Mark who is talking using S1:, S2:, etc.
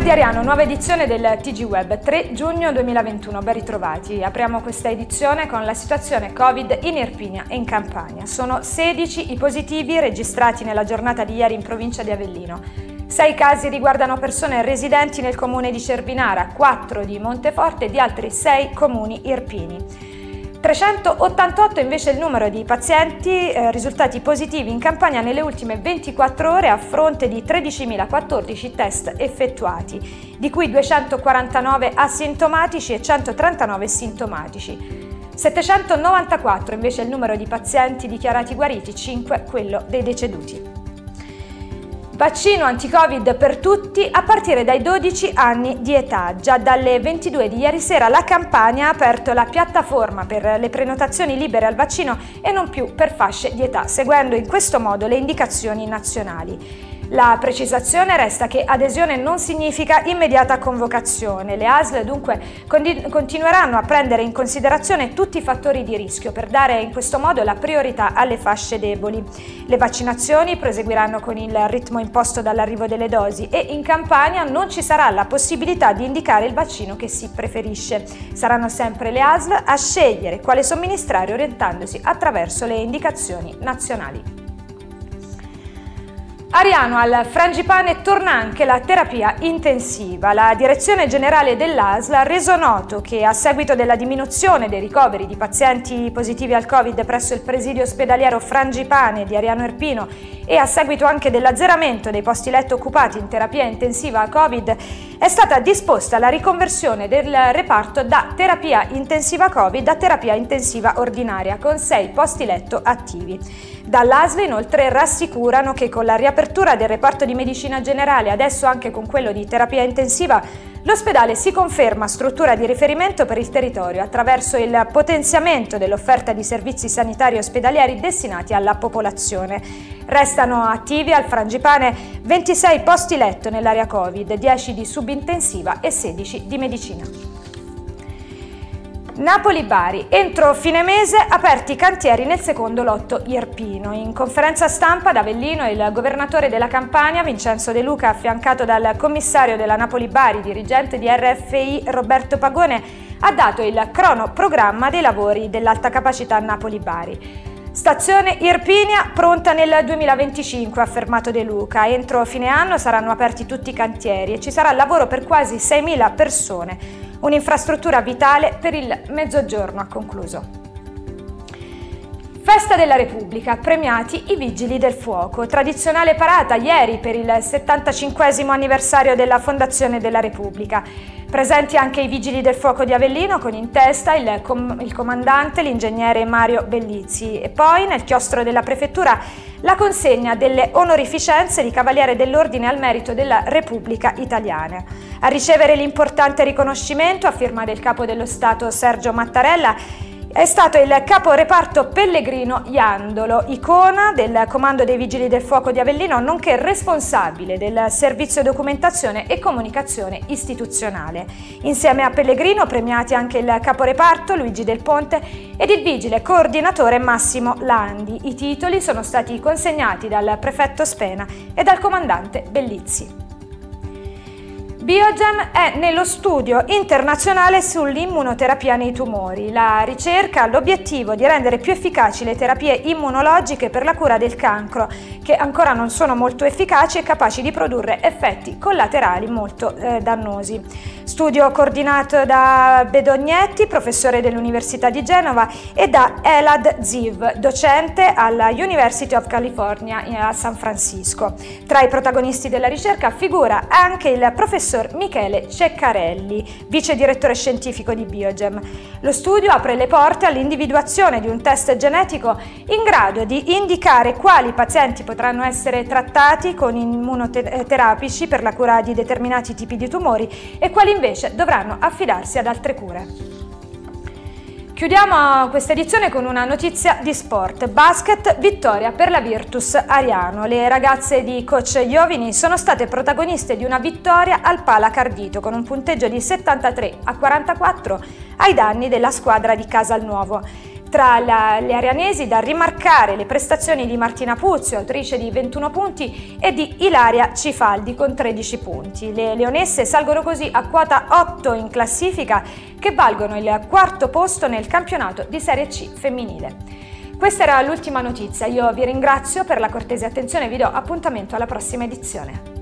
S1: di Ariano, nuova edizione del TG Web, 3 giugno 2021, ben ritrovati. Apriamo questa edizione con la situazione Covid in Irpinia e in Campania. Sono 16 i positivi registrati nella giornata di ieri in provincia di Avellino. 6 casi riguardano persone residenti nel comune di Cervinara, 4 di Monteforte e di altri 6 comuni irpini. 388 invece il numero di pazienti risultati positivi in Campania nelle ultime 24 ore a fronte di 13.014 test effettuati, di cui 249 asintomatici e 139 sintomatici. 794 invece il numero di pazienti dichiarati guariti, 5 quello dei deceduti. Vaccino anti-Covid per tutti a partire dai 12 anni di età. Già dalle 22 di ieri sera la Campania ha aperto la piattaforma per le prenotazioni libere al vaccino e non più per fasce di età, seguendo in questo modo le indicazioni nazionali. La precisazione resta che adesione non significa immediata convocazione. Le ASL dunque continueranno a prendere in considerazione tutti i fattori di rischio per dare in questo modo la priorità alle fasce deboli. Le vaccinazioni proseguiranno con il ritmo imposto dall'arrivo delle dosi e in Campania non ci sarà la possibilità di indicare il vaccino che si preferisce. Saranno sempre le ASL a scegliere quale somministrare orientandosi attraverso le indicazioni nazionali. Ariano, al Frangipane torna anche la terapia intensiva. La direzione generale dell'ASL ha reso noto che a seguito della diminuzione dei ricoveri di pazienti positivi al Covid presso il presidio ospedaliero Frangipane di Ariano Irpino e a seguito anche dell'azzeramento dei posti letto occupati in terapia intensiva a Covid, è stata disposta la riconversione del reparto da terapia intensiva Covid a terapia intensiva ordinaria con 6 posti letto attivi. Dall'ASL inoltre rassicurano che con la riapertura del reparto di medicina generale, adesso anche con quello di terapia intensiva, l'ospedale si conferma struttura di riferimento per il territorio attraverso il potenziamento dell'offerta di servizi sanitari ospedalieri destinati alla popolazione. Restano attivi al Frangipane 26 posti letto nell'area Covid, 10 di subintensiva e 16 di medicina. Napoli-Bari, entro fine mese aperti i cantieri nel secondo lotto irpino. In conferenza stampa ad Avellino il governatore della Campania, Vincenzo De Luca, affiancato dal commissario della Napoli-Bari, dirigente di RFI Roberto Pagone, ha dato il cronoprogramma dei lavori dell'alta capacità Napoli-Bari. Stazione Irpinia pronta nel 2025, ha affermato De Luca. Entro fine anno saranno aperti tutti i cantieri e ci sarà lavoro per quasi 6.000 persone. Un'infrastruttura vitale per il Mezzogiorno, ha concluso. Festa della Repubblica, premiati i Vigili del Fuoco. Tradizionale parata ieri per il 75° anniversario della Fondazione della Repubblica. Presenti anche i Vigili del Fuoco di Avellino con in testa il comandante, l'ingegnere Mario Bellizzi. E poi nel chiostro della Prefettura la consegna delle onorificenze di Cavaliere dell'Ordine al Merito della Repubblica Italiana. A ricevere l'importante riconoscimento a firma del Capo dello Stato Sergio Mattarella è stato il capo reparto Pellegrino Iandolo, icona del Comando dei Vigili del Fuoco di Avellino, nonché responsabile del servizio documentazione e comunicazione istituzionale. Insieme a Pellegrino premiati anche il capo reparto Luigi Del Ponte ed il vigile coordinatore Massimo Landi. I titoli sono stati consegnati dal prefetto Spena e dal comandante Bellizzi. Biogen è nello studio internazionale sull'immunoterapia nei tumori. La ricerca ha l'obiettivo di rendere più efficaci le terapie immunologiche per la cura del cancro, che ancora non sono molto efficaci e capaci di produrre effetti collaterali molto dannosi. Studio coordinato da Bedognetti, professore dell'Università di Genova, e da Elad Ziv, docente alla University of California a San Francisco. Tra i protagonisti della ricerca figura anche il professor Michele Ceccarelli, vice direttore scientifico di Biogen. Lo studio apre le porte all'individuazione di un test genetico in grado di indicare quali pazienti potranno essere trattati con immunoterapici per la cura di determinati tipi di tumori e quali invece dovranno affidarsi ad altre cure. Chiudiamo questa edizione con una notizia di sport. Basket, vittoria per la Virtus Ariano. Le ragazze di coach Iovini sono state protagoniste di una vittoria al Pala Cardito con un punteggio di 73-44 ai danni della squadra di Casalnuovo. Tra le arianesi da rimarcare le prestazioni di Martina Puzio, autrice di 21 punti, e di Ilaria Cifaldi con 13 punti. Le leonesse salgono così a quota 8 in classifica, che valgono il quarto posto nel campionato di Serie C femminile. Questa era l'ultima notizia, io vi ringrazio per la cortese attenzione e vi do appuntamento alla prossima edizione.